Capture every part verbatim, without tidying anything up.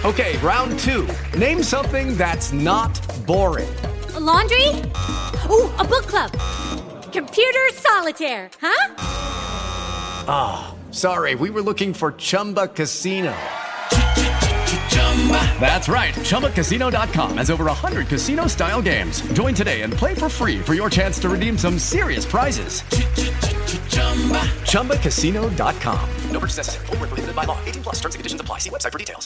Okay, round two. Name something that's not boring. A laundry? Ooh, a book club. Computer solitaire, huh? Ah, oh, sorry, we were looking for Chumba Casino. That's right, Chumba Casino dot com has over one hundred casino-style games. Join today and play for free for your chance to redeem some serious prizes. Chumba Casino dot com. No purchase necessary. Void where prohibited by law. eighteen plus terms and conditions apply. See website for details.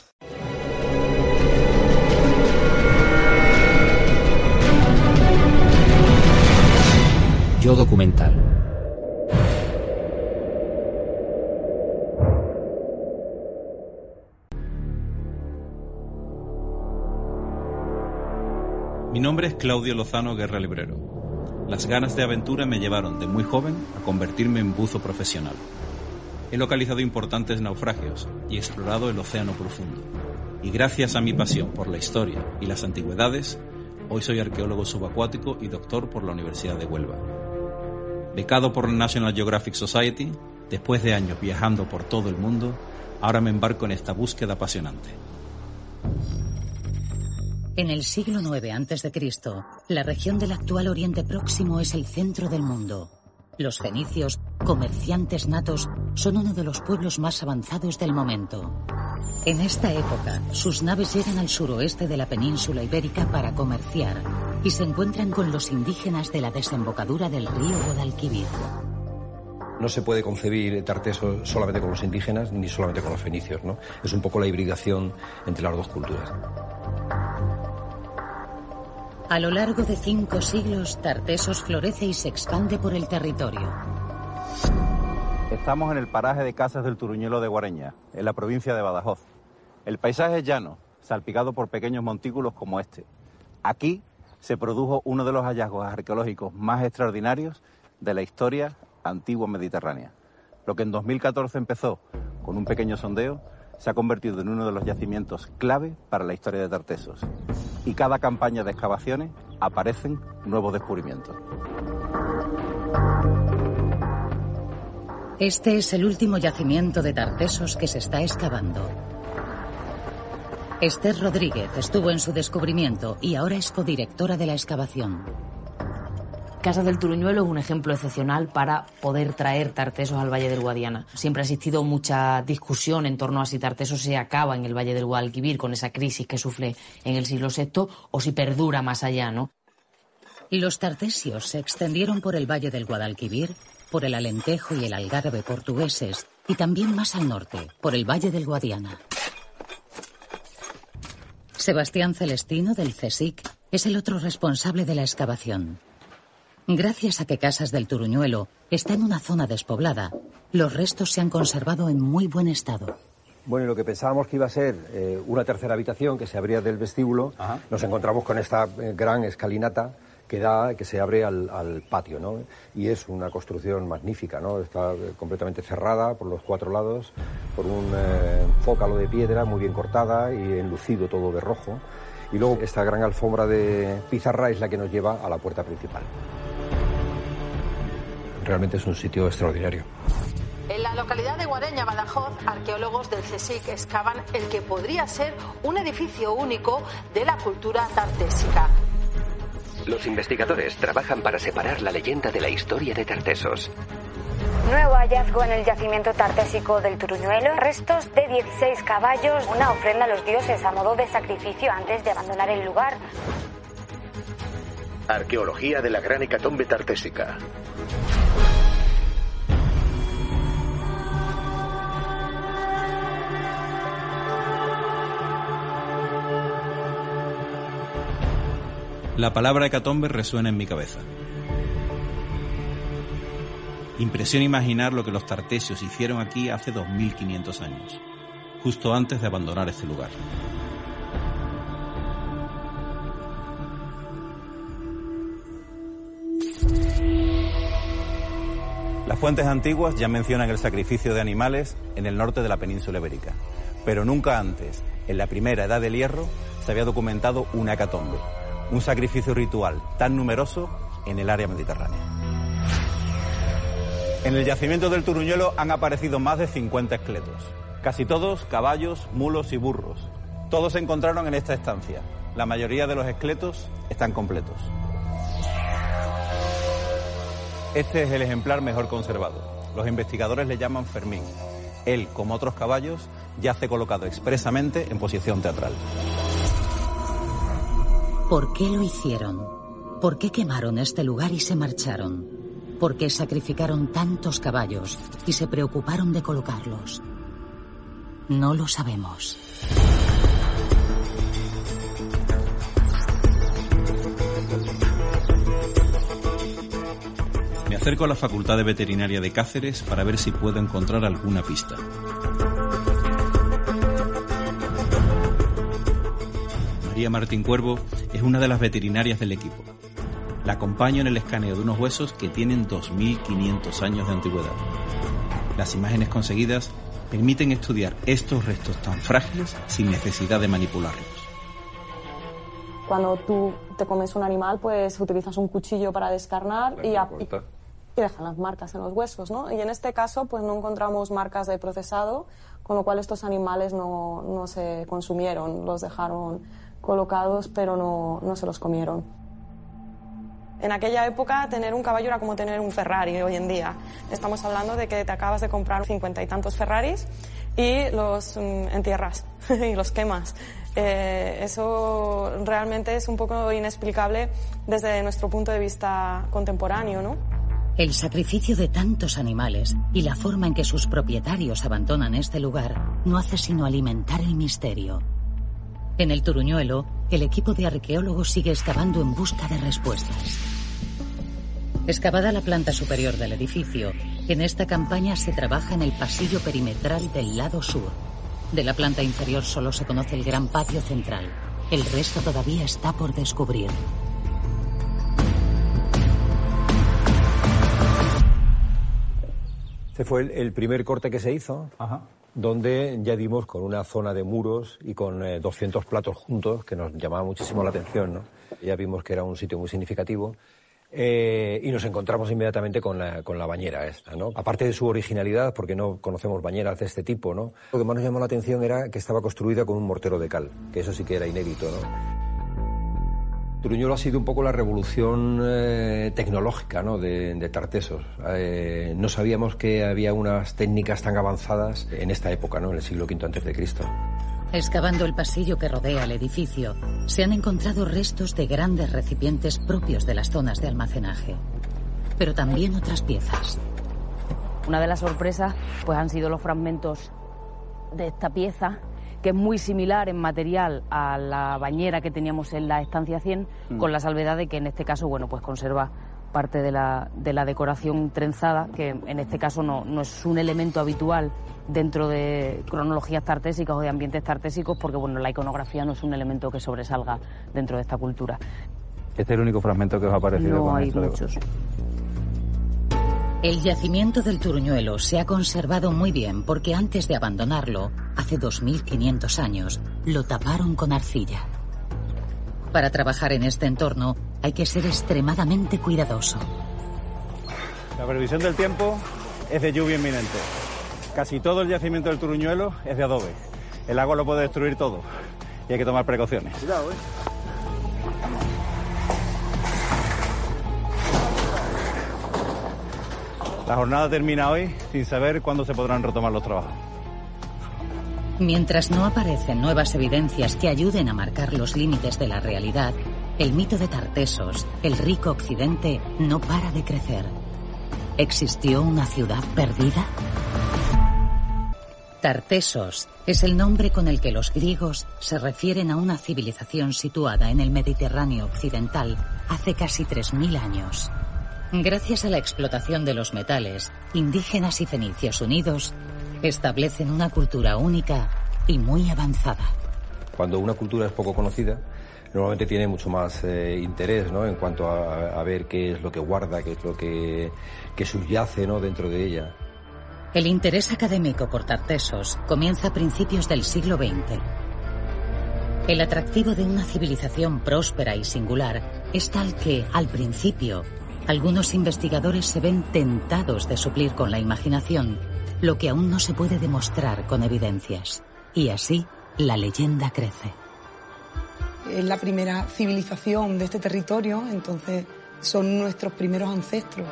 Yo documental. Mi nombre es Claudio Lozano Guerra Librero. Las ganas de aventura me llevaron de muy joven a convertirme en buzo profesional. He localizado importantes naufragios y explorado el océano profundo. Y gracias a mi pasión por la historia y las antigüedades, hoy soy arqueólogo subacuático y doctor por la Universidad de Huelva. Becado por la National Geographic Society, después de años viajando por todo el mundo, ahora me embarco en esta búsqueda apasionante. En el siglo nueve antes de Cristo, la región del actual Oriente Próximo es el centro del mundo. Los fenicios, comerciantes natos, son uno de los pueblos más avanzados del momento. En esta época, sus naves llegan al suroeste de la península ibérica para comerciar y se encuentran con los indígenas de la desembocadura del río Guadalquivir. No se puede concebir Tarteso solamente con los indígenas ni solamente con los fenicios, ¿no? Es un poco la hibridación entre las dos culturas. A lo largo de cinco siglos, Tartesos florece y se expande por el territorio. Estamos en el paraje de Casas del Turuñuelo de Guareña, en la provincia de Badajoz. El paisaje es llano, salpicado por pequeños montículos como este. Aquí se produjo uno de los hallazgos arqueológicos más extraordinarios de la historia antigua mediterránea. Lo que en dos mil catorce empezó con un pequeño sondeo, se ha convertido en uno de los yacimientos clave para la historia de Tartesos. Y cada campaña de excavaciones aparecen nuevos descubrimientos. Este es el último yacimiento de Tartesos que se está excavando. Esther Rodríguez estuvo en su descubrimiento y ahora es codirectora de la excavación. Casas del Turuñuelo es un ejemplo excepcional para poder traer Tartesos al Valle del Guadiana. Siempre ha existido mucha discusión en torno a si Tartesos se acaba en el Valle del Guadalquivir con esa crisis que sufre en el siglo sexto o si perdura más allá, ¿no? Los tartesios se extendieron por el Valle del Guadalquivir, por el Alentejo y el Algarve portugueses y también más al norte, por el Valle del Guadiana. Sebastián Celestino, del CSIC, es el otro responsable de la excavación. Gracias a que Casas del Turuñuelo está en una zona despoblada, los restos se han conservado en muy buen estado. Bueno, y lo que pensábamos que iba a ser eh, una tercera habitación que se abría del vestíbulo, Ajá. nos encontramos con esta eh, gran escalinata que da, que se abre al, al patio, ¿no? Y es una construcción magnífica, ¿no? Está eh, completamente cerrada por los cuatro lados, por un eh, zócalo de piedra muy bien cortada y enlucido todo de rojo. Y luego esta gran alfombra de pizarra es la que nos lleva a la puerta principal. Realmente es un sitio extraordinario. En la localidad de Guareña, Badajoz, arqueólogos del CSIC excavan el que podría ser un edificio único de la cultura tartésica. Los investigadores trabajan para separar la leyenda de la historia de Tartesos. Nuevo hallazgo en el yacimiento tartésico del Turuñuelo. Restos de dieciséis caballos, una ofrenda a los dioses a modo de sacrificio antes de abandonar el lugar. Arqueología de la gran hecatombe tartésica. La palabra hecatombe resuena en mi cabeza. Impresiona imaginar lo que los tartesios hicieron aquí hace dos mil quinientos años, justo antes de abandonar este lugar. Las fuentes antiguas ya mencionan el sacrificio de animales en el norte de la península ibérica, pero nunca antes, en la primera edad del hierro, se había documentado una hecatombe, un sacrificio ritual tan numeroso en el área mediterránea. En el yacimiento del Turuñuelo han aparecido más de cincuenta esqueletos, casi todos caballos, mulos y burros, Todos se encontraron en esta estancia. La mayoría de los esqueletos están completos. Este es el ejemplar mejor conservado. Los investigadores le llaman Fermín. Él, como otros caballos, yace colocado expresamente en posición teatral. ¿Por qué lo hicieron? ¿Por qué quemaron este lugar y se marcharon? ¿Por qué sacrificaron tantos caballos y se preocuparon de colocarlos? No lo sabemos. Me acerco a la Facultad de Veterinaria de Cáceres para ver si puedo encontrar alguna pista. María Martín Cuervo es una de las veterinarias del equipo. La acompaño en el escaneo de unos huesos que tienen dos mil quinientos años de antigüedad. Las imágenes conseguidas permiten estudiar estos restos tan frágiles sin necesidad de manipularlos. Cuando tú te comes un animal, pues utilizas un cuchillo para descarnar y, a, y, y dejan las marcas en los huesos, ¿no? Y en este caso, pues no encontramos marcas de procesado, con lo cual estos animales no, no se consumieron, los dejaron colocados, pero no, no se los comieron. En aquella época, tener un caballo era como tener un Ferrari hoy en día. Estamos hablando de que te acabas de comprar cincuenta y tantos Ferraris y los mm, entierras y los quemas. Eh, eso realmente es un poco inexplicable desde nuestro punto de vista contemporáneo, ¿no? El sacrificio de tantos animales y la forma en que sus propietarios abandonan este lugar no hace sino alimentar el misterio. En el Turuñuelo, el equipo de arqueólogos sigue excavando en busca de respuestas. Excavada la planta superior del edificio, en esta campaña se trabaja en el pasillo perimetral del lado sur. De la planta inferior solo se conoce el gran patio central. El resto todavía está por descubrir. Este fue el, el primer corte que se hizo. Ajá. Donde ya dimos con una zona de muros y con eh, doscientos platos juntos, que nos llamaba muchísimo la atención, ¿no? Ya vimos que era un sitio muy significativo eh, y nos encontramos inmediatamente con la, con la bañera esta, ¿no? Aparte de su originalidad, porque no conocemos bañeras de este tipo, ¿no? Lo que más nos llamó la atención era que estaba construida con un mortero de cal, que eso sí que era inédito, ¿no? Turuñuelo ha sido un poco la revolución eh, tecnológica, ¿no? de, de Tartesos. Eh, no sabíamos que había unas técnicas tan avanzadas en esta época, ¿no? En el siglo quinto antes de Cristo. Excavando el pasillo que rodea el edificio, se han encontrado restos de grandes recipientes propios de las zonas de almacenaje, pero también otras piezas. Una de las sorpresas pues han sido los fragmentos de esta pieza, que es muy similar en material a la bañera que teníamos en la estancia cien, mm. con la salvedad de que en este caso, bueno, pues conserva parte de la, de la decoración trenzada, que en este caso no, no es un elemento habitual dentro de cronologías tartésicas o de ambientes tartésicos, porque bueno, la iconografía no es un elemento que sobresalga dentro de esta cultura. ¿Este es el único fragmento que os ha parecido? No con hay esto muchos. De... El yacimiento del Turuñuelo se ha conservado muy bien porque antes de abandonarlo, hace dos mil quinientos años, lo taparon con arcilla. Para trabajar en este entorno hay que ser extremadamente cuidadoso. La previsión del tiempo es de lluvia inminente. Casi todo el yacimiento del Turuñuelo es de adobe. El agua lo puede destruir todo y hay que tomar precauciones. Cuidado, ¿eh? La jornada termina hoy sin saber cuándo se podrán retomar los trabajos. Mientras no aparecen nuevas evidencias que ayuden a marcar los límites de la realidad, el mito de Tartesos, el rico occidente, no para de crecer. ¿Existió una ciudad perdida? Tartesos es el nombre con el que los griegos se refieren a una civilización situada en el Mediterráneo occidental hace casi tres mil años. Gracias a la explotación de los metales, indígenas y fenicios unidos establecen una cultura única y muy avanzada. Cuando una cultura es poco conocida, normalmente tiene mucho más eh, interés, ¿no? En cuanto a, a ver qué es lo que guarda, qué es lo que, que subyace, ¿no? Dentro de ella. El interés académico por Tartesos comienza a principios del siglo veinte. El atractivo de una civilización próspera y singular es tal que, al principio, algunos investigadores se ven tentados de suplir con la imaginación lo que aún no se puede demostrar con evidencias. Y así la leyenda crece. Es la primera civilización de este territorio, entonces son nuestros primeros ancestros.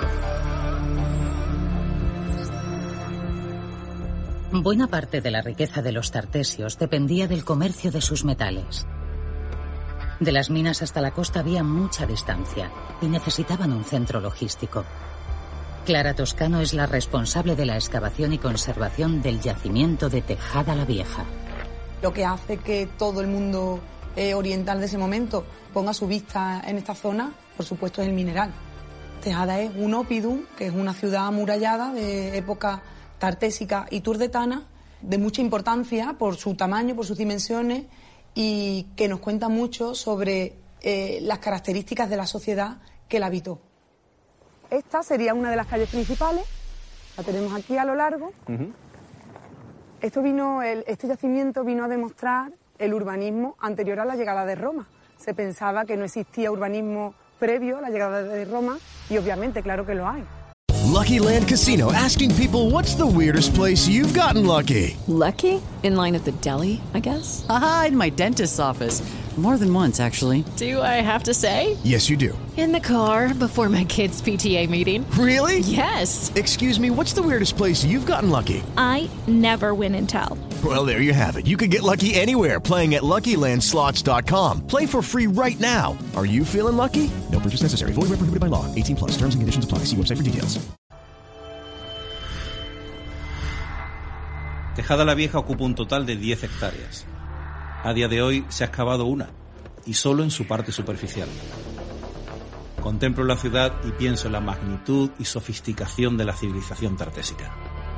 Buena parte de la riqueza de los tartesios dependía del comercio de sus metales. De las minas hasta la costa había mucha distancia y necesitaban un centro logístico. Clara Toscano es la responsable de la excavación y conservación del yacimiento de Tejada la Vieja. Lo que hace que todo el mundo eh, oriental de ese momento ponga su vista en esta zona, por supuesto, es el mineral. Tejada es un oppidum, que es una ciudad amurallada de época tartésica y turdetana, de mucha importancia por su tamaño, por sus dimensiones, y que nos cuenta mucho sobre eh, las características de la sociedad que la habitó. Esta sería una de las calles principales, la tenemos aquí a lo largo. Uh-huh. Esto vino, el, este yacimiento vino a demostrar el urbanismo anterior a la llegada de Roma. Se pensaba que no existía urbanismo previo a la llegada de Roma y obviamente, claro que lo hay. Lucky Land Casino, asking people, what's the weirdest place you've gotten lucky? Lucky? In line at the deli, I guess? Aha, in my dentist's office. More than once, actually. Do I have to say? Yes, you do. In the car before my kids' P T A meeting. Really? Yes. Excuse me, what's the weirdest place you've gotten lucky? I never win and tell. Well, there you have it. You can get lucky anywhere, playing at Lucky Land Slots dot com. Play for free right now. Are you feeling lucky? No purchase necessary. Void where prohibited by law. eighteen plus. Terms and conditions apply. See website for details. Tejada la Vieja ocupa un total de diez hectáreas. A día de hoy se ha excavado una, y solo en su parte superficial. Contemplo la ciudad y pienso en la magnitud y sofisticación de la civilización tartésica.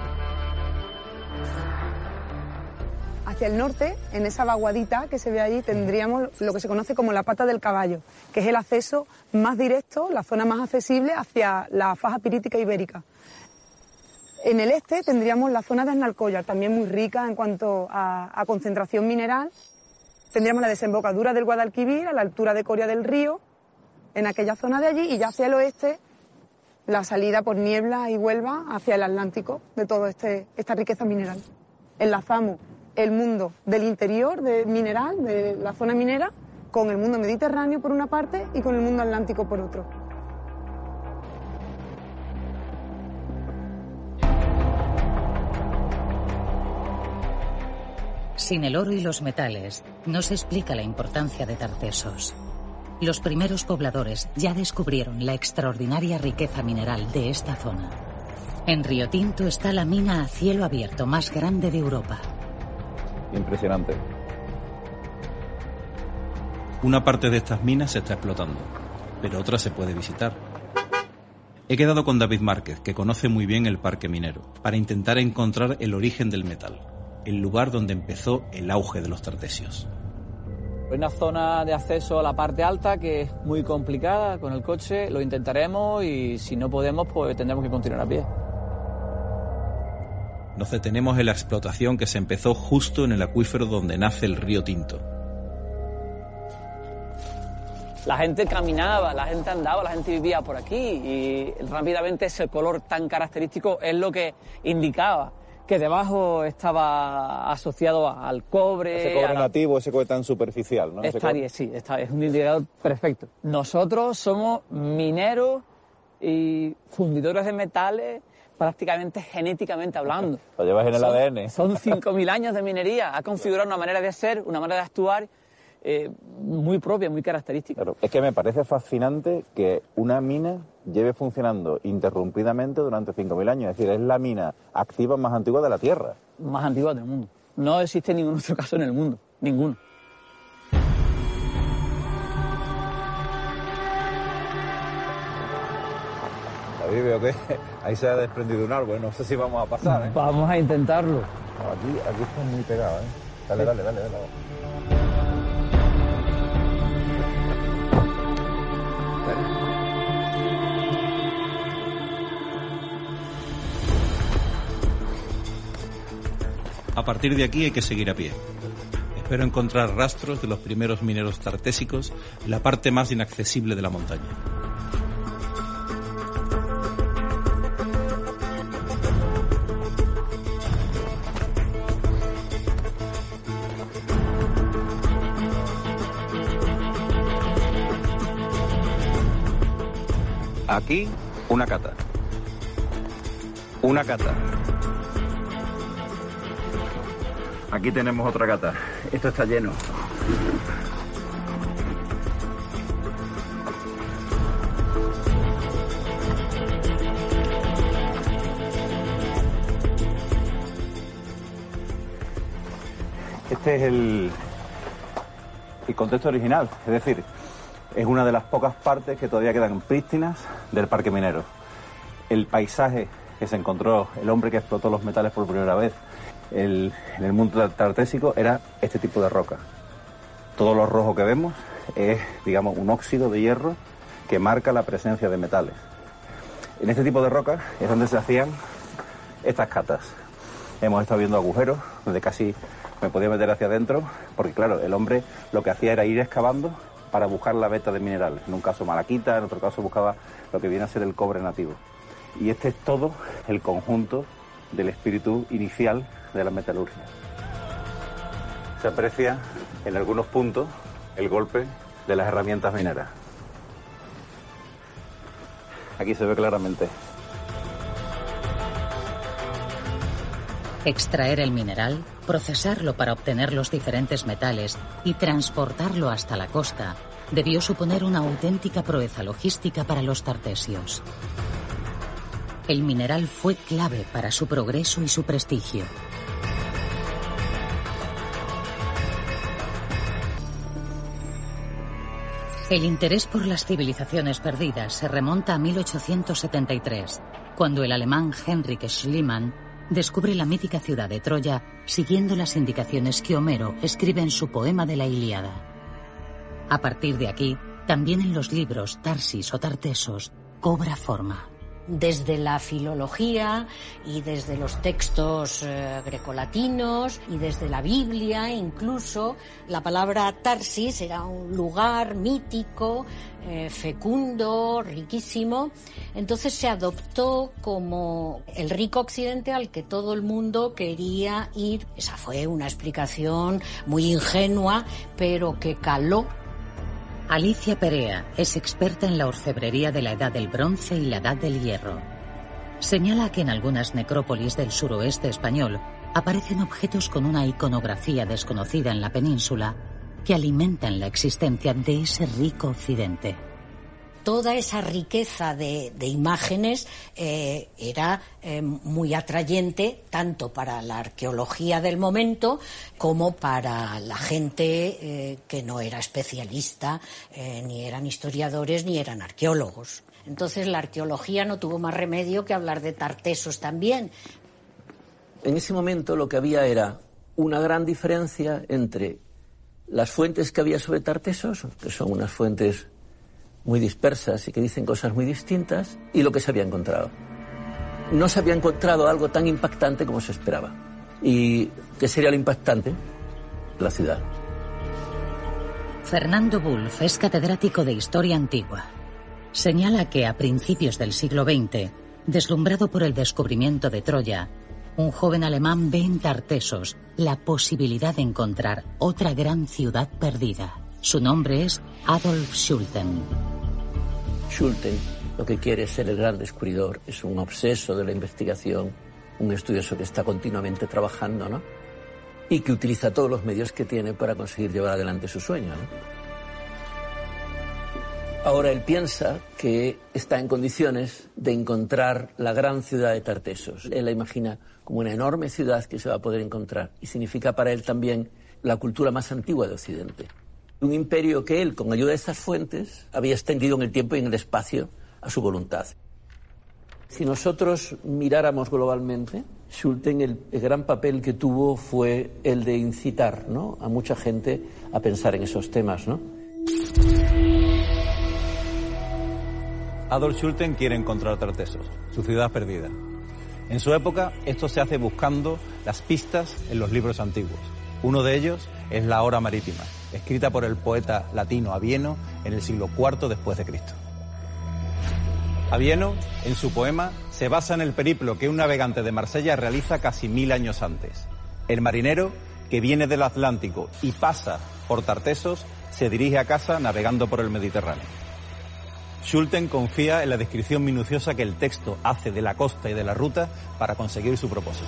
Hacia el norte, en esa vaguadita que se ve allí, tendríamos lo que se conoce como la Pata del Caballo, que es el acceso más directo, la zona más accesible hacia la faja pirítica ibérica. En el este tendríamos la zona de Aznalcóllar, también muy rica en cuanto a, a concentración mineral. Tendríamos la desembocadura del Guadalquivir a la altura de Coria del Río, en aquella zona de allí, y ya hacia el oeste la salida por Niebla y Huelva hacia el Atlántico de toda este, esta riqueza mineral. Enlazamos el mundo del interior de mineral, de la zona minera, con el mundo mediterráneo por una parte y con el mundo atlántico por otro. Sin el oro y los metales, no se explica la importancia de Tartesos. Los primeros pobladores ya descubrieron la extraordinaria riqueza mineral de esta zona. En Río Tinto está la mina a cielo abierto más grande de Europa. Impresionante. Una parte de estas minas se está explotando, pero otra se puede visitar. He quedado con David Márquez, que conoce muy bien el parque minero, para intentar encontrar el origen del metal, el lugar donde empezó el auge de los tartesios. Hay una zona de acceso a la parte alta que es muy complicada con el coche, lo intentaremos y si no podemos pues tendremos que continuar a pie. Nos detenemos en la explotación que se empezó justo en el acuífero donde nace el río Tinto. La gente caminaba, la gente andaba, la gente vivía por aquí y rápidamente ese color tan característico es lo que indicaba que debajo estaba asociado al cobre. Ese cobre la... nativo, ese cobre tan superficial, ¿no? Estaría, sí, está, es un indicador perfecto. Nosotros somos mineros y fundidores de metales prácticamente genéticamente hablando. Lo llevas en el son, A D N. Son cinco mil años de minería. Ha configurado una manera de ser, una manera de actuar eh, muy propia, muy característica. Claro, es que me parece fascinante que una mina lleve funcionando interrumpidamente durante cinco mil años. Es decir, es la mina activa más antigua de la Tierra. Más antigua del mundo. No existe ningún otro caso en el mundo. Ninguno. David, veo que ahí se ha desprendido un árbol. No sé si vamos a pasar, ¿eh? Vamos a intentarlo. No, aquí, aquí está muy pegado, ¿eh? Dale, dale, dale, dale. A partir de aquí hay que seguir a pie. Espero encontrar rastros de los primeros mineros tartésicos en la parte más inaccesible de la montaña. Aquí, una cata. Una cata. Aquí tenemos otra cata. Esto está lleno. Este es el, el contexto original, es decir, es una de las pocas partes que todavía quedan prístinas del Parque Minero. El paisaje que se encontró el hombre que explotó los metales por primera vez el, en el mundo tartésico era este tipo de roca. Todo lo rojo que vemos es, digamos, un óxido de hierro que marca la presencia de metales. En este tipo de roca es donde se hacían estas catas. Hemos estado viendo agujeros donde casi me podía meter hacia adentro, porque claro, el hombre lo que hacía era ir excavando para buscar la veta de minerales. En un caso malaquita, en otro caso buscaba lo que viene a ser el cobre nativo. Y este es todo el conjunto del espíritu inicial de la metalurgia. Se aprecia en algunos puntos el golpe de las herramientas mineras. Aquí se ve claramente. Extraer el mineral, procesarlo para obtener los diferentes metales y transportarlo hasta la costa debió suponer una auténtica proeza logística para los tartesios. El mineral fue clave para su progreso y su prestigio. El interés por las civilizaciones perdidas se remonta a mil ochocientos setenta y tres, cuando el alemán Heinrich Schliemann descubre la mítica ciudad de Troya siguiendo las indicaciones que Homero escribe en su poema de la Ilíada. A partir de aquí, también en los libros Tarsis o Tartesos cobra forma. Desde la filología y desde los textos eh, grecolatinos y desde la Biblia incluso, la palabra Tarsis era un lugar mítico, eh, fecundo, riquísimo. Entonces se adoptó como el rico occidente al que todo el mundo quería ir. Esa fue una explicación muy ingenua, pero que caló. Alicia Perea es experta en la orfebrería de la Edad del Bronce y la Edad del Hierro. Señala que en algunas necrópolis del suroeste español aparecen objetos con una iconografía desconocida en la península que alimentan la existencia de ese rico occidente. Toda esa riqueza de, de imágenes eh, era eh, muy atrayente tanto para la arqueología del momento como para la gente eh, que no era especialista, eh, ni eran historiadores ni eran arqueólogos. Entonces la arqueología no tuvo más remedio que hablar de Tartesos también. En ese momento lo que había era una gran diferencia entre las fuentes que había sobre Tartesos, que son unas fuentes muy dispersas y que dicen cosas muy distintas, y lo que se había encontrado. No se había encontrado algo tan impactante como se esperaba. ¿Y qué sería lo impactante? La ciudad. Fernando Wulff es catedrático de Historia Antigua. Señala que a principios del siglo veinte, deslumbrado por el descubrimiento de Troya, un joven alemán ve en Tartesos la posibilidad de encontrar otra gran ciudad perdida. Su nombre es Adolf Schulten. Schulten lo que quiere es ser el gran descubridor, es un obseso de la investigación, un estudioso que está continuamente trabajando, ¿no? Y que utiliza todos los medios que tiene para conseguir llevar adelante su sueño, ¿no? Ahora él piensa que está en condiciones de encontrar la gran ciudad de Tartesos. Él la imagina como una enorme ciudad que se va a poder encontrar y significa para él también la cultura más antigua de Occidente. Un imperio que él, con ayuda de estas fuentes, había extendido en el tiempo y en el espacio a su voluntad. Si nosotros miráramos globalmente, Schulten, el, el gran papel que tuvo fue el de incitar, ¿no?, a mucha gente a pensar en esos temas, ¿no? Adolf Schulten quiere encontrar Tartesos, su ciudad perdida. En su época, esto se hace buscando las pistas en los libros antiguos. Uno de ellos es la Hora Marítima, escrita por el poeta latino Avieno en el siglo cuarto después de Cristo. Avieno, en su poema, se basa en el periplo que un navegante de Marsella realiza casi mil años antes. El marinero, que viene del Atlántico y pasa por Tartesos, se dirige a casa navegando por el Mediterráneo. Schulten confía en la descripción minuciosa que el texto hace de la costa y de la ruta para conseguir su propósito.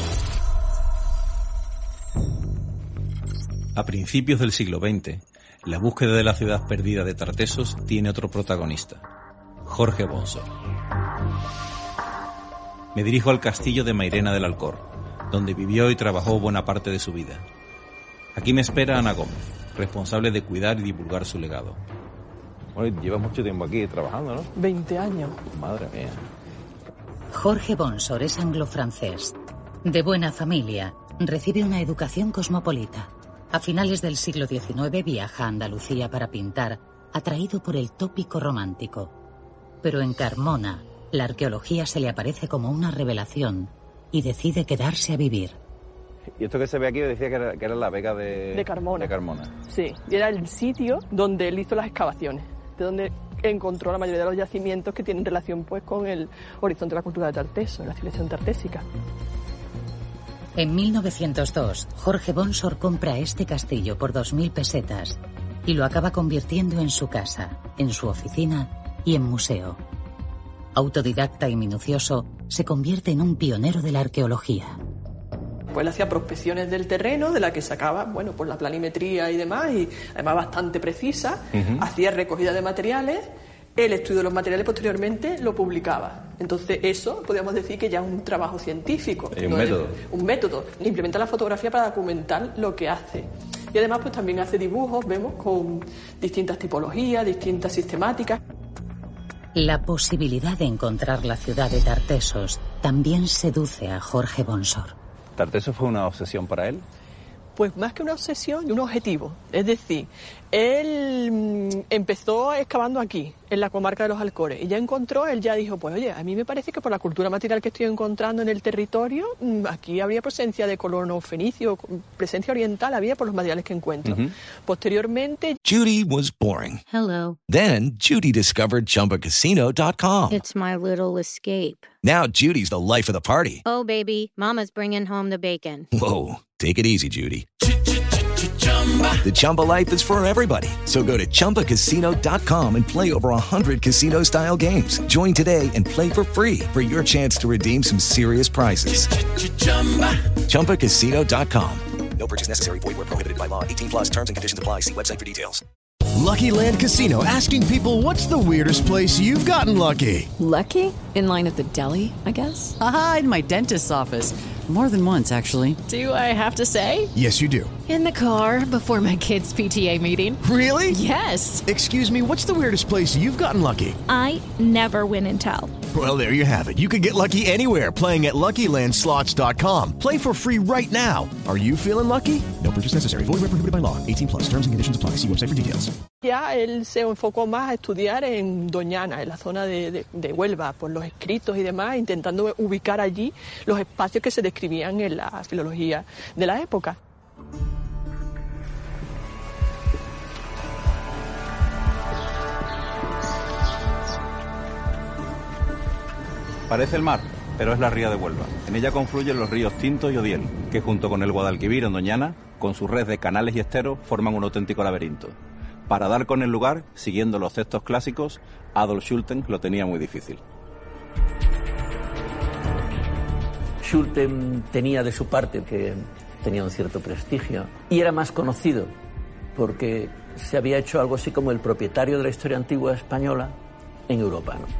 A principios del siglo veinte, la búsqueda de la ciudad perdida de Tartessos tiene otro protagonista, Jorge Bonsor. Me dirijo al castillo de Mairena del Alcor, donde vivió y trabajó buena parte de su vida. Aquí me espera Ana Gómez, responsable de cuidar y divulgar su legado. Bueno, llevas mucho tiempo aquí trabajando, ¿no? veinte años. Madre mía. Jorge Bonsor es anglo-francés. De buena familia, recibe una educación cosmopolita. A finales del siglo diecinueve viaja a Andalucía para pintar, atraído por el tópico romántico. Pero en Carmona, la arqueología se le aparece como una revelación y decide quedarse a vivir. Y esto que se ve aquí decía que era, que era la vega de, de Carmona. de Carmona. Sí, y era el sitio donde él hizo las excavaciones, de donde encontró la mayoría de los yacimientos que tienen relación pues con el horizonte de la cultura de Tartesos, la civilización tartésica. En mil novecientos dos, Jorge Bonsor compra este castillo por dos mil pesetas y lo acaba convirtiendo en su casa, en su oficina y en museo. Autodidacta y minucioso, se convierte en un pionero de la arqueología. Pues él hacía prospecciones del terreno, de la que sacaba, bueno, pues la planimetría y demás, y además bastante precisa. Uh-huh. Hacía recogida de materiales, el estudio de los materiales posteriormente lo publicaba. Entonces eso, podríamos decir que ya es un trabajo científico. Y un ¿no? método. Un método. Implementa la fotografía para documentar lo que hace. Y además pues también hace dibujos, vemos, con distintas tipologías, distintas sistemáticas. La posibilidad de encontrar la ciudad de Tartessos también seduce a Jorge Bonsor. ¿Tartessos fue una obsesión para él? Pues más que una obsesión, un objetivo. Es decir, él mmm, empezó excavando aquí, en la comarca de los Alcores, y ya encontró, él ya dijo, pues oye, a mí me parece que por la cultura material que estoy encontrando en el territorio, mmm, aquí habría presencia de colono fenicio, presencia oriental había por los materiales que encuentro. Uh-huh. Posteriormente... Judy was boring. Hello. Then Judy discovered Chumba Casino dot com. It's my little escape. Now Judy's the life of the party. Oh, baby, mama's bringing home the bacon. Whoa, take it easy, Judy. The Chumba life is for everybody. So go to Chumba Casino dot com and play over one hundred casino-style games. Join today and play for free for your chance to redeem some serious prizes. Chumba Casino dot com. No purchase necessary. Void where prohibited by law. eighteen plus terms and conditions apply. See website for details. Lucky Land Casino, asking people, what's the weirdest place you've gotten lucky? Lucky? In line at the deli, I guess? Aha, in my dentist's office. More than once, actually. Do I have to say? Yes, you do. In the car before my kids' P T A meeting. Really? Yes. Excuse me, what's the weirdest place you've gotten lucky? I never win and tell. Well, there you have it. You can get lucky anywhere, playing at Lucky Land Slots dot com. Play for free right now. Are you feeling lucky? No purchase necessary. Void where prohibited by law. eighteen plus. Terms and conditions apply. See website for details. Ya él se enfocó más a estudiar en Doñana, en la zona de, de, de Huelva, por los escritos y demás, intentando ubicar allí los espacios que se describían en la filología de la época. Parece el mar, pero es la ría de Huelva. En ella confluyen los ríos Tinto y Odiel, que junto con el Guadalquivir en Doñana, con su red de canales y esteros, forman un auténtico laberinto. Para dar con el lugar, siguiendo los textos clásicos, Adolf Schulten lo tenía muy difícil. Schulten tenía de su parte que tenía un cierto prestigio y era más conocido porque se había hecho algo así como el propietario de la historia antigua española en Europa, ¿no?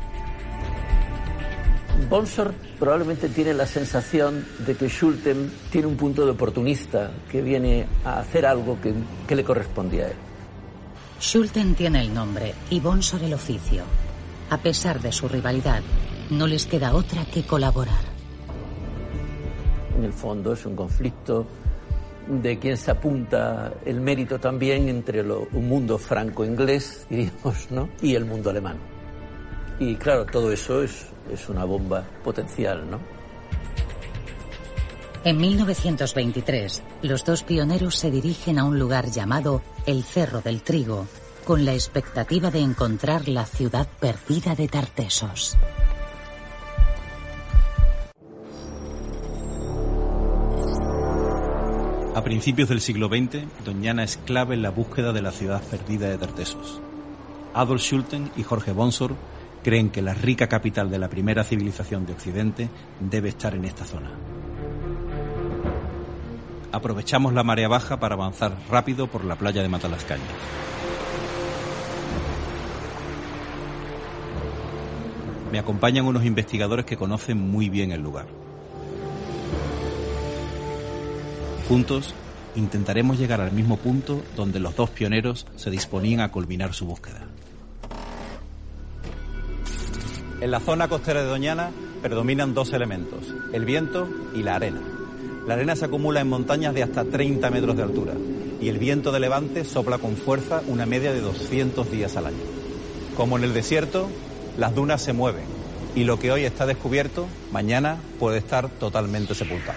Bonsor probablemente tiene la sensación de que Schulten tiene un punto de oportunista que viene a hacer algo que, que le correspondía a él. Schulten tiene el nombre y Bonsor el oficio. A pesar de su rivalidad, no les queda otra que colaborar. En el fondo es un conflicto de quien se apunta el mérito también entre lo, un mundo franco-inglés, diríamos, ¿no?, y el mundo alemán. Y claro, todo eso es, es una bomba potencial, ¿no? En mil novecientos veintitrés, los dos pioneros se dirigen a un lugar llamado el Cerro del Trigo, con la expectativa de encontrar la ciudad perdida de Tartessos. A principios del siglo veinte, Doñana es clave en la búsqueda de la ciudad perdida de Tartessos. Adolf Schulten y Jorge Bonsor creen que la rica capital de la primera civilización de Occidente debe estar en esta zona. Aprovechamos la marea baja para avanzar rápido por la playa de Matalascañas. Me acompañan unos investigadores que conocen muy bien el lugar. Juntos intentaremos llegar al mismo punto donde los dos pioneros se disponían a culminar su búsqueda. En la zona costera de Doñana predominan dos elementos, el viento y la arena. La arena se acumula en montañas de hasta treinta metros de altura y el viento de levante sopla con fuerza una media de doscientos días al año. Como en el desierto, las dunas se mueven y lo que hoy está descubierto, mañana puede estar totalmente sepultado.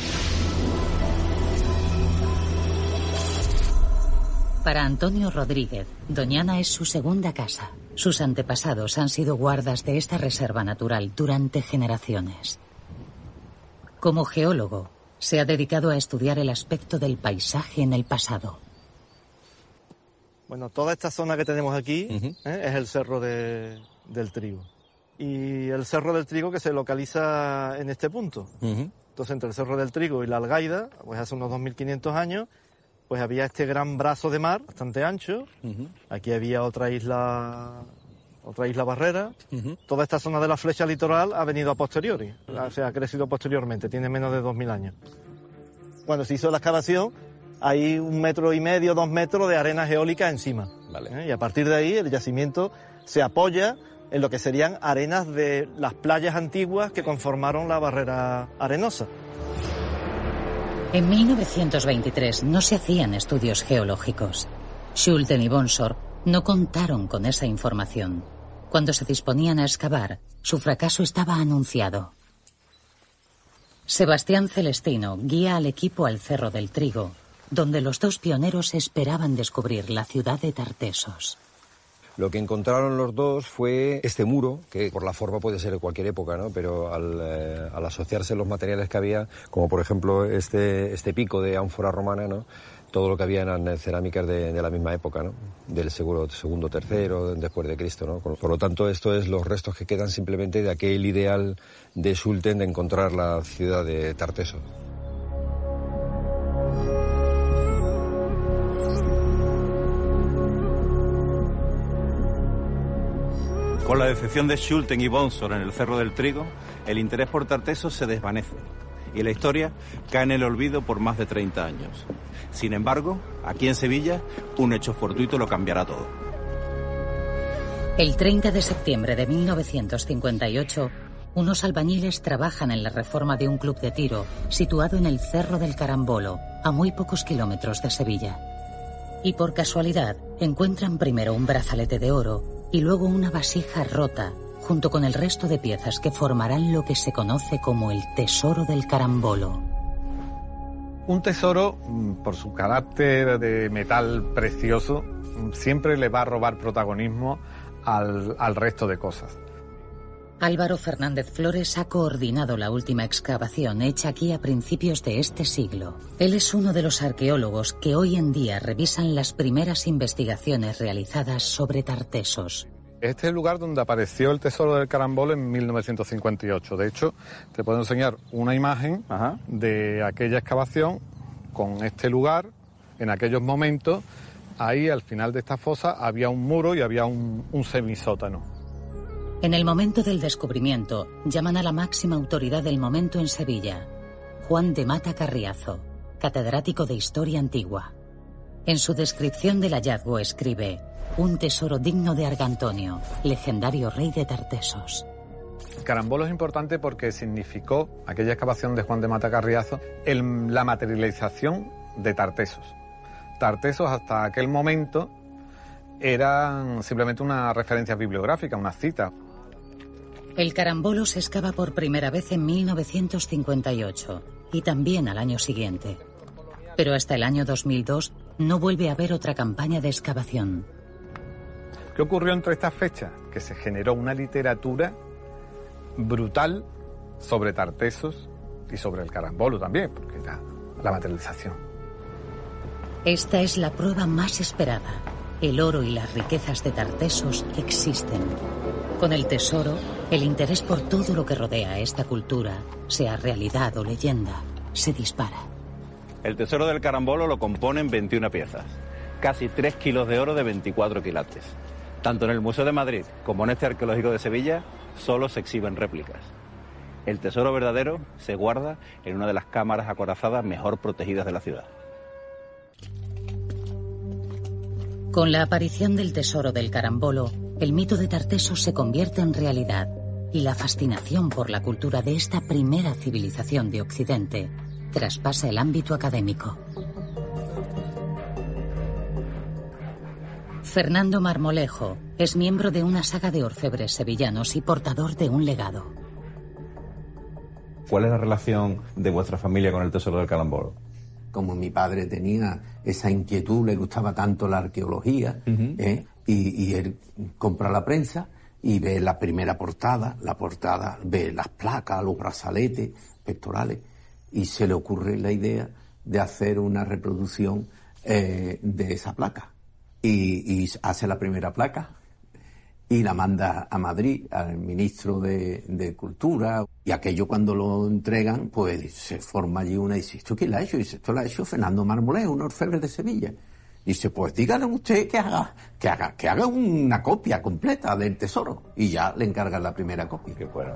Para Antonio Rodríguez, Doñana es su segunda casa. Sus antepasados han sido guardas de esta reserva natural durante generaciones. Como geólogo, se ha dedicado a estudiar el aspecto del paisaje en el pasado. Bueno, toda esta zona que tenemos aquí uh-huh. ¿eh? es el Cerro de, del Trigo. Y el Cerro del Trigo que se localiza en este punto. Uh-huh. Entonces, entre el Cerro del Trigo y la Algaida, pues hace unos dos mil quinientos años, pues había este gran brazo de mar, bastante ancho. Uh-huh. Aquí había otra isla, otra isla barrera. Uh-huh. Toda esta zona de la flecha litoral ha venido a posteriori, uh-huh. o sea, ha crecido posteriormente, tiene menos de dos mil años. Cuando se hizo la excavación, hay un metro y medio, dos metros de arena geólica encima. Vale. ¿Eh? Y a partir de ahí el yacimiento se apoya en lo que serían arenas de las playas antiguas que conformaron la barrera arenosa. En mil novecientos veintitrés no se hacían estudios geológicos. Schulten y Bonsor no contaron con esa información. Cuando se disponían a excavar, su fracaso estaba anunciado. Sebastián Celestino guía al equipo al Cerro del Trigo, donde los dos pioneros esperaban descubrir la ciudad de Tartesos. Lo que encontraron los dos fue este muro, que por la forma puede ser de cualquier época, ¿no? Pero al, eh, al asociarse los materiales que había, como por ejemplo este, este pico de ánfora romana, ¿no? Todo lo que había eran cerámicas de, de la misma época, ¿no? Del seguro, segundo, tercero, después de Cristo, ¿no? Por lo tanto, esto es los restos que quedan simplemente de aquel ideal de Schulten de encontrar la ciudad de Tartesos. Con la decepción de Schulten y Bonsor en el Cerro del Trigo, el interés por Tartesos se desvanece y la historia cae en el olvido por más de treinta años. Sin embargo, aquí en Sevilla, un hecho fortuito lo cambiará todo. El treinta de septiembre de mil novecientos cincuenta y ocho, unos albañiles trabajan en la reforma de un club de tiro situado en el Cerro del Carambolo, a muy pocos kilómetros de Sevilla. Y por casualidad, encuentran primero un brazalete de oro y luego una vasija rota, junto con el resto de piezas que formarán lo que se conoce como el Tesoro del Carambolo. Un tesoro, por su carácter de metal precioso, siempre le va a robar protagonismo al, al resto de cosas. Álvaro Fernández Flores ha coordinado la última excavación hecha aquí a principios de este siglo. Él es uno de los arqueólogos que hoy en día revisan las primeras investigaciones realizadas sobre Tartesos. Este es el lugar donde apareció el Tesoro del Carambolo en mil novecientos cincuenta y ocho. De hecho, te puedo enseñar una imagen Ajá. de aquella excavación con este lugar. En aquellos momentos, ahí al final de esta fosa había un muro y había un, un semisótano. En el momento del descubrimiento, llaman a la máxima autoridad del momento en Sevilla, Juan de Mata Carriazo, catedrático de Historia Antigua. En su descripción del hallazgo escribe: un tesoro digno de Argantonio, legendario rey de Tartesos. El Carambolo es importante porque significó, aquella excavación de Juan de Mata Carriazo, el, la materialización de Tartesos. Tartesos hasta aquel momento eran simplemente una referencia bibliográfica, una cita. El Carambolo se excava por primera vez en mil novecientos cincuenta y ocho y también al año siguiente. Pero hasta el año dos mil dos no vuelve a haber otra campaña de excavación. ¿Qué ocurrió entre estas fechas? Que se generó una literatura brutal sobre Tartesos y sobre el Carambolo también, porque era la materialización. Esta es la prueba más esperada. el oro y las riquezas de Tartesos existen. Con el tesoro, el interés por todo lo que rodea a esta cultura, sea realidad o leyenda, se dispara. El tesoro del Carambolo lo componen veintiuna piezas, casi tres kilos de oro de veinticuatro quilates. Tanto en el Museo de Madrid como en este arqueológico de Sevilla, solo se exhiben réplicas. El tesoro verdadero se guarda en una de las cámaras acorazadas mejor protegidas de la ciudad. Con la aparición del tesoro del Carambolo, el mito de Tartesos se convierte en realidad y la fascinación por la cultura de esta primera civilización de Occidente traspasa el ámbito académico. Fernando Marmolejo es miembro de una saga de orfebres sevillanos y portador de un legado. ¿Cuál es la relación de vuestra familia con el tesoro del Carambolo? Como mi padre tenía esa inquietud, le gustaba tanto la arqueología, uh-huh. ¿eh? y, y él compra la prensa y ve la primera portada, la portada, ve las placas, los brazaletes pectorales, y se le ocurre la idea de hacer una reproducción eh, de esa placa. Y, y hace la primera placa y la manda a Madrid al ministro de, de Cultura, y aquello cuando lo entregan pues se forma allí una y dice, ¿esto quién lo ha hecho? Y dice, esto lo ha hecho Fernando Marmolejo, un orfebre de Sevilla. Dice, pues díganle usted que haga, que haga, que haga una copia completa del tesoro, y ya le encargan la primera copia. Qué bueno.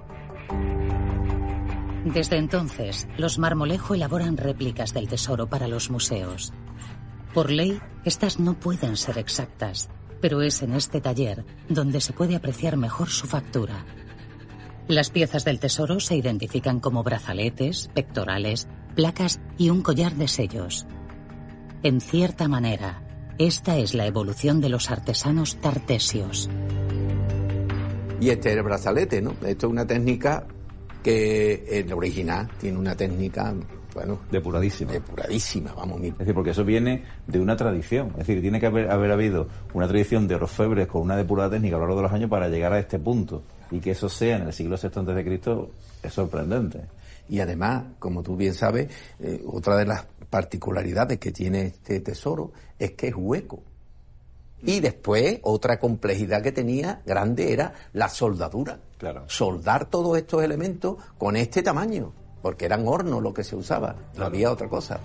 Desde entonces, los Marmolejo elaboran réplicas del tesoro para los museos. Por ley, estas no pueden ser exactas, pero es en este taller donde se puede apreciar mejor su factura. Las piezas del tesoro se identifican como brazaletes, pectorales, placas y un collar de sellos. En cierta manera, esta es la evolución de los artesanos tartesios. Y este es el brazalete, ¿no? Esto es una técnica que el original tiene una técnica, bueno, depuradísima. Depuradísima, vamos. Es decir, porque eso viene de una tradición. Es decir, tiene que haber, haber habido una tradición de orfebres con una depurada técnica a lo largo de los años para llegar a este punto. Y que eso sea en el siglo sexto antes de Cristo es sorprendente. Y además, como tú bien sabes, eh, otra de las particularidades que tiene este tesoro es que es hueco. Y después, otra complejidad que tenía grande era la soldadura. Claro. Soldar todos estos elementos con este tamaño, porque eran hornos lo que se usaba, no claro. había otra cosa.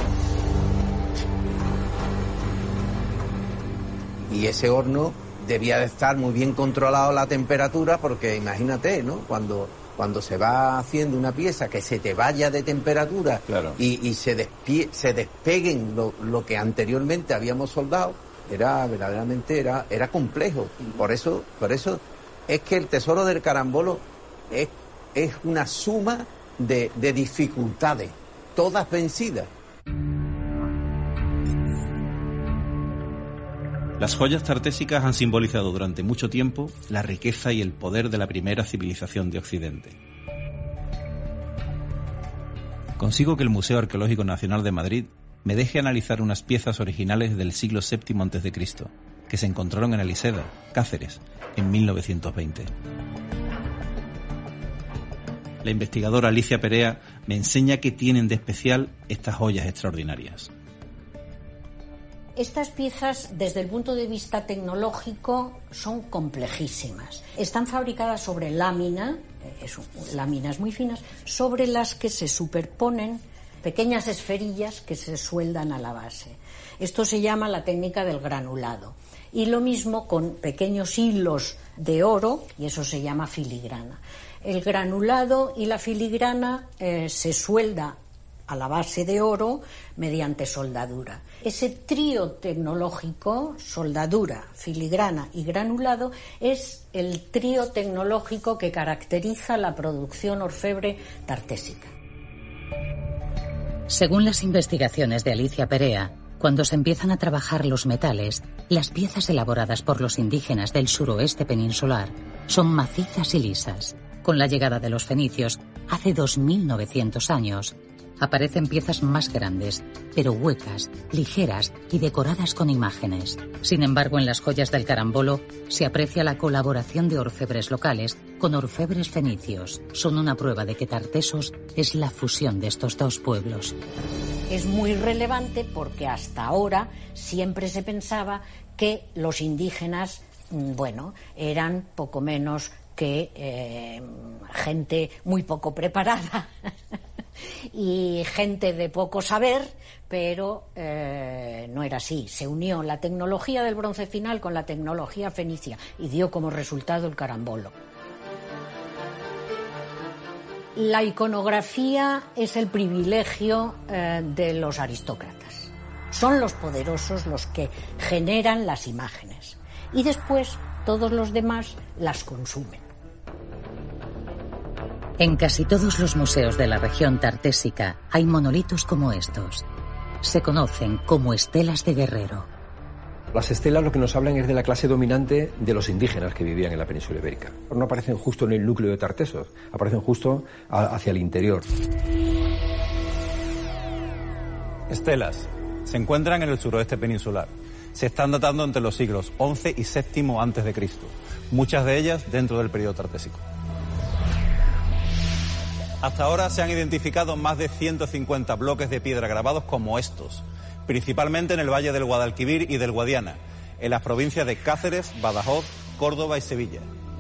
Y ese horno debía de estar muy bien controlado la temperatura, porque imagínate, ¿no? Cuando, cuando se va haciendo una pieza que se te vaya de temperatura claro. y, y se, despie, se despeguen lo, lo que anteriormente habíamos soldado, era verdaderamente era, era complejo. Por eso, por eso es que el tesoro del Carambolo es, es una suma de, de dificultades, todas vencidas. Las joyas tartésicas han simbolizado durante mucho tiempo la riqueza y el poder de la primera civilización de Occidente. Consigo que el Museo Arqueológico Nacional de Madrid me deje analizar unas piezas originales del siglo séptimo antes de Cristo, que se encontraron en Eliseda, Cáceres, en mil novecientos veinte. La investigadora Alicia Perea me enseña qué tienen de especial estas joyas extraordinarias. Estas piezas, desde el punto de vista tecnológico, son complejísimas. Están fabricadas sobre lámina, es, láminas muy finas, sobre las que se superponen pequeñas esferillas que se sueldan a la base. Esto se llama la técnica del granulado. Y lo mismo con pequeños hilos de oro, y eso se llama filigrana. El granulado y la filigrana eh, se suelda a la base de oro mediante soldadura. Ese trío tecnológico, soldadura, filigrana y granulado, es el trío tecnológico que caracteriza la producción orfebre tartésica. Según las investigaciones de Alicia Perea, cuando se empiezan a trabajar los metales, las piezas elaboradas por los indígenas del suroeste peninsular son macizas y lisas. Con la llegada de los fenicios, hace dos mil novecientos años, aparecen piezas más grandes, pero huecas, ligeras y decoradas con imágenes. Sin embargo, en las joyas del Carambolo se aprecia la colaboración de orfebres locales con orfebres fenicios. Son una prueba de que Tartesos es la fusión de estos dos pueblos. Es muy relevante porque hasta ahora siempre se pensaba que los indígenas, bueno, eran poco menos que eh, gente muy poco preparada y gente de poco saber, pero eh, no era así. Se unió la tecnología del bronce final con la tecnología fenicia y dio como resultado el carambolo. La iconografía es el privilegio eh, de los aristócratas. Son los poderosos los que generan las imágenes y después todos los demás las consumen. En casi todos los museos de la región tartésica hay monolitos como estos. Se conocen como estelas de guerrero. Las estelas lo que nos hablan es de la clase dominante de los indígenas que vivían en la península ibérica. No aparecen justo en el núcleo de Tartesos, aparecen justo a, hacia el interior. Estelas se encuentran en el suroeste peninsular. Se están datando entre los siglos once y séptimo antes de Cristo, muchas de ellas dentro del periodo tartésico. Hasta ahora se han identificado más de ciento cincuenta bloques de piedra grabados como estos, principalmente en el valle del Guadalquivir y del Guadiana, en las provincias de Cáceres, Badajoz, Córdoba y Sevilla.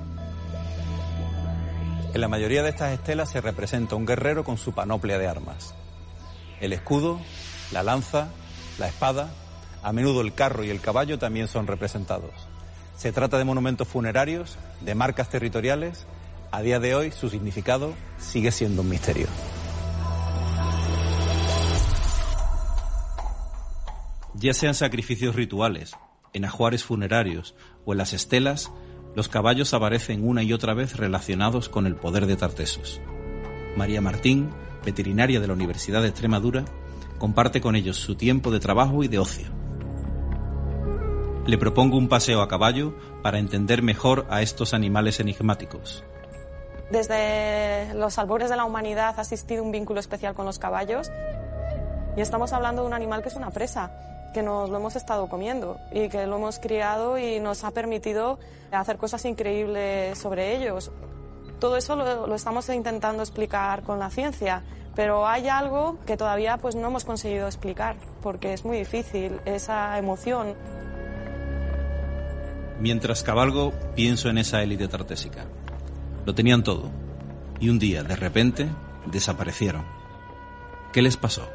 En la mayoría de estas estelas se representa un guerrero con su panoplia de armas. El escudo, la lanza, la espada, a menudo el carro y el caballo también son representados. Se trata de monumentos funerarios, de marcas territoriales. A día de hoy su significado sigue siendo un misterio. Ya sean sacrificios rituales, en ajuares funerarios o en las estelas, los caballos aparecen una y otra vez relacionados con el poder de Tartesos. María Martín, veterinaria de la Universidad de Extremadura, comparte con ellos su tiempo de trabajo y de ocio. Le propongo un paseo a caballo para entender mejor a estos animales enigmáticos. Desde los albores de la humanidad ha existido un vínculo especial con los caballos y estamos hablando de un animal que es una presa, que nos lo hemos estado comiendo y que lo hemos criado y nos ha permitido hacer cosas increíbles sobre ellos. Todo eso lo, lo estamos intentando explicar con la ciencia, pero hay algo que todavía pues no hemos conseguido explicar porque es muy difícil, esa emoción. Mientras cabalgo, pienso en esa élite tartésica. Lo tenían todo y un día, de repente, desaparecieron. ¿Qué les pasó?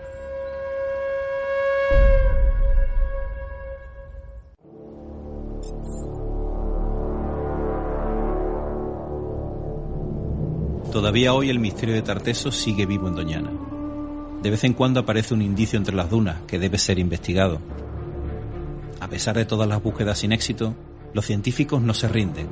Todavía hoy el misterio de Tartesos sigue vivo en Doñana. De vez en cuando aparece un indicio entre las dunas que debe ser investigado. A pesar de todas las búsquedas sin éxito, los científicos no se rinden.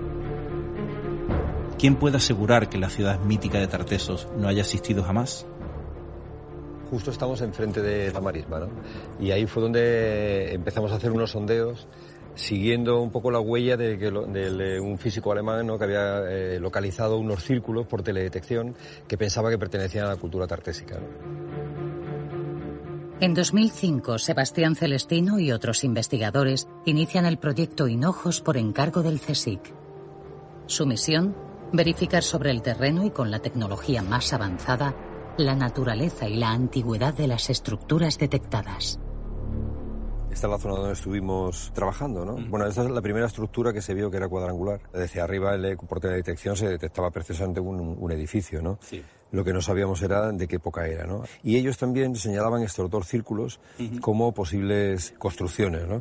¿Quién puede asegurar que la ciudad mítica de Tartesos no haya existido jamás? Justo estamos enfrente de la marisma, ¿no? Y ahí fue donde empezamos a hacer unos sondeos siguiendo un poco la huella de, que lo, de un físico alemán, ¿no?, que había eh, localizado unos círculos por teledetección que pensaba que pertenecían a la cultura tartésica, ¿no? En dos mil cinco, Sebastián Celestino y otros investigadores inician el proyecto Hinojos por encargo del CSIC. Su misión: verificar sobre el terreno y con la tecnología más avanzada la naturaleza y la antigüedad de las estructuras detectadas. Esta es la zona donde estuvimos trabajando, ¿no? Mm. Bueno, esta es la primera estructura que se vio que era cuadrangular. Desde arriba, el, por teledetección, se detectaba precisamente un, un edificio, ¿no? Sí. Lo que no sabíamos era de qué época era, ¿no? Y ellos también señalaban estos dos círculos uh-huh. como posibles construcciones, ¿no?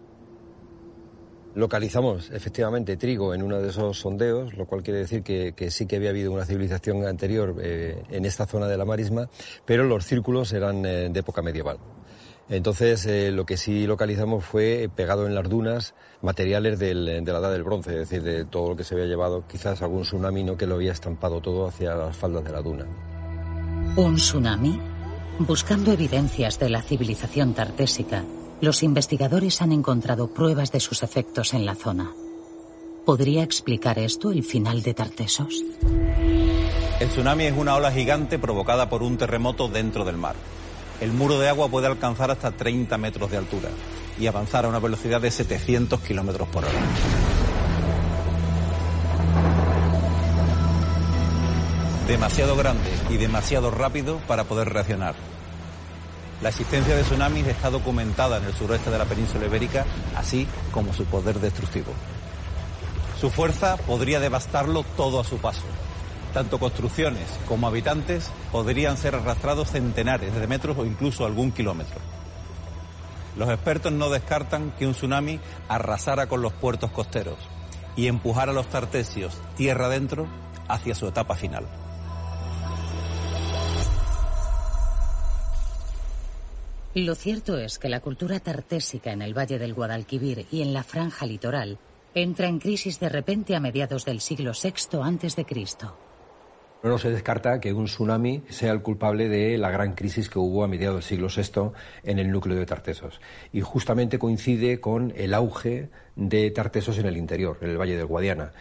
Localizamos efectivamente trigo en uno de esos sondeos, lo cual quiere decir que, que sí que había habido una civilización anterior eh, en esta zona de la marisma, pero los círculos eran eh, de época medieval. Entonces, eh, lo que sí localizamos fue, pegado en las dunas, materiales del, de la edad del bronce, es decir, de todo lo que se había llevado, quizás algún tsunami, ¿no?, que lo había estampado todo hacia las faldas de la duna. ¿Un tsunami? Buscando evidencias de la civilización tartésica, los investigadores han encontrado pruebas de sus efectos en la zona. ¿Podría explicar esto el final de Tartesos? El tsunami es una ola gigante provocada por un terremoto dentro del mar. El muro de agua puede alcanzar hasta treinta metros de altura y avanzar a una velocidad de setecientos kilómetros por hora. Demasiado grande y demasiado rápido para poder reaccionar. La existencia de tsunamis está documentada en el suroeste de la península ibérica, así como su poder destructivo. Su fuerza podría devastarlo todo a su paso. Tanto construcciones como habitantes podrían ser arrastrados centenares de metros o incluso algún kilómetro. Los expertos no descartan que un tsunami arrasara con los puertos costeros y empujara a los tartesios tierra adentro hacia su etapa final. Lo cierto es que la cultura tartésica en el Valle del Guadalquivir y en la franja litoral entra en crisis de repente a mediados del siglo sexto antes de Cristo. No se descarta que un tsunami sea el culpable de la gran crisis que hubo a mediados del siglo sexto en el núcleo de Tartesos. Y justamente coincide con el auge de Tartesos en el interior, en el Valle del Guadiana.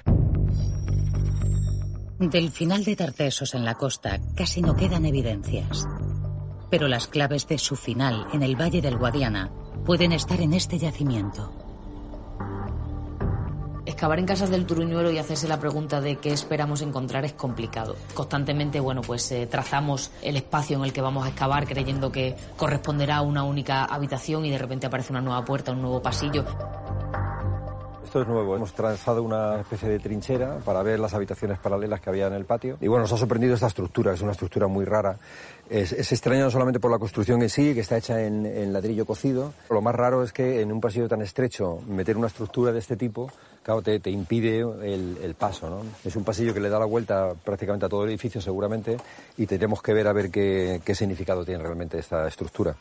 Del final de Tartesos en la costa casi no quedan evidencias. Pero las claves de su final en el Valle del Guadiana pueden estar en este yacimiento. Excavar en Casas del Turuñuelo y hacerse la pregunta de qué esperamos encontrar es complicado. Constantemente, bueno, pues eh, trazamos el espacio en el que vamos a excavar creyendo que corresponderá a una única habitación y de repente aparece una nueva puerta, un nuevo pasillo. Esto es nuevo, hemos trazado una especie de trinchera para ver las habitaciones paralelas que había en el patio. Y bueno, nos ha sorprendido esta estructura, es una estructura muy rara. Es, es extraña no solamente por la construcción en sí, que está hecha en, en ladrillo cocido. Lo más raro es que en un pasillo tan estrecho meter una estructura de este tipo, claro, te, te impide el, el paso, ¿no? Es un pasillo que le da la vuelta prácticamente a todo el edificio seguramente y tendremos que ver a ver qué, qué significado tiene realmente esta estructura.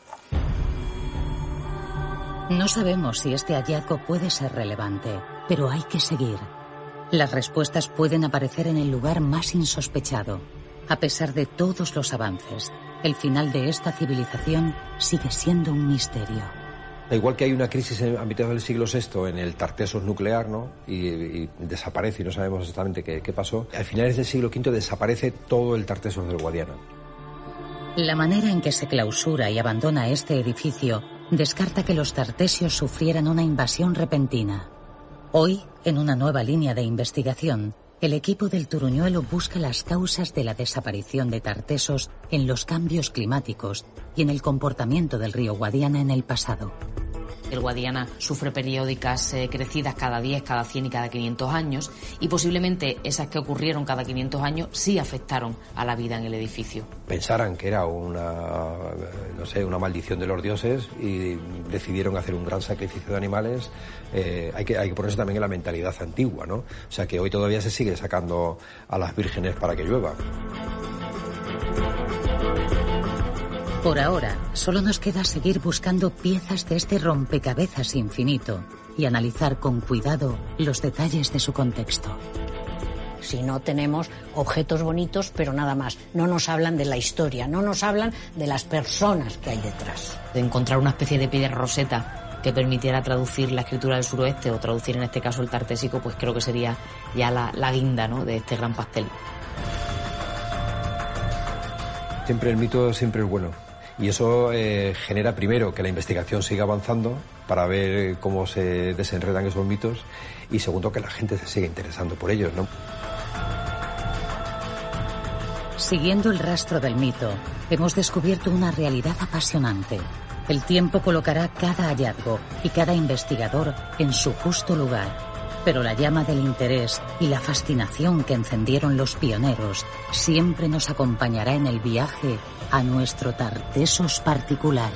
No sabemos si este hallazgo puede ser relevante, pero hay que seguir. Las respuestas pueden aparecer en el lugar más insospechado. A pesar de todos los avances, el final de esta civilización sigue siendo un misterio. Igual que hay una crisis a mitad del siglo sexto en el Tartesos nuclear, ¿no? Y, y desaparece y no sabemos exactamente qué, qué pasó. A finales del siglo quinto desaparece todo el Tartesos del Guadiana. La manera en que se clausura y abandona este edificio descarta que los tartesios sufrieran una invasión repentina. Hoy, en una nueva línea de investigación, el equipo del Turuñuelo busca las causas de la desaparición de Tartesos en los cambios climáticos y en el comportamiento del río Guadiana en el pasado. El Guadiana sufre periódicas eh, crecidas cada diez, cada cien y cada quinientos años y posiblemente esas que ocurrieron cada quinientos años sí afectaron a la vida en el edificio. Pensaran que era una, no sé, una maldición de los dioses y decidieron hacer un gran sacrificio de animales. Eh, hay que, hay que ponerse también en la mentalidad antigua, ¿no? O sea que hoy todavía se sigue sacando a las vírgenes para que llueva. Por ahora, solo nos queda seguir buscando piezas de este rompecabezas infinito y analizar con cuidado los detalles de su contexto. Si no tenemos objetos bonitos, pero nada más. No nos hablan de la historia, no nos hablan de las personas que hay detrás. De encontrar una especie de piedra roseta que permitiera traducir la escritura del suroeste o traducir en este caso el tartésico, pues creo que sería ya la, la guinda, ¿no?, de este gran pastel. Siempre el mito siempre es bueno. Y eso eh, genera primero que la investigación siga avanzando para ver cómo se desenredan esos mitos y segundo que la gente se siga interesando por ellos, ¿no? Siguiendo el rastro del mito, hemos descubierto una realidad apasionante. El tiempo colocará cada hallazgo y cada investigador en su justo lugar. Pero la llama del interés y la fascinación que encendieron los pioneros siempre nos acompañará en el viaje a nuestro Tartesos particular.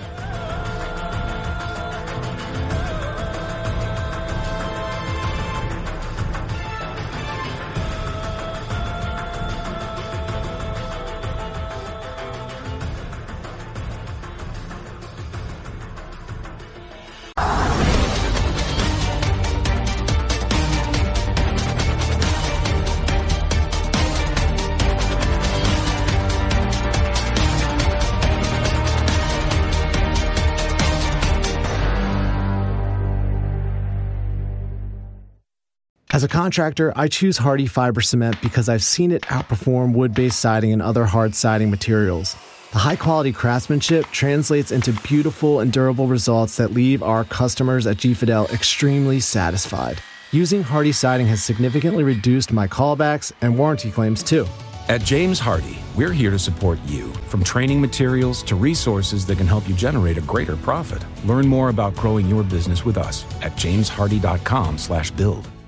As a contractor, I choose Hardy Fiber Cement because I've seen it outperform wood-based siding and other hard siding materials. The high-quality craftsmanship translates into beautiful and durable results that leave our customers at G Fidel extremely satisfied. Using Hardy siding has significantly reduced my callbacks and warranty claims too. At James Hardie, we're here to support you, from training materials to resources that can help you generate a greater profit. Learn more about growing your business with us at james hardie dot com slash build.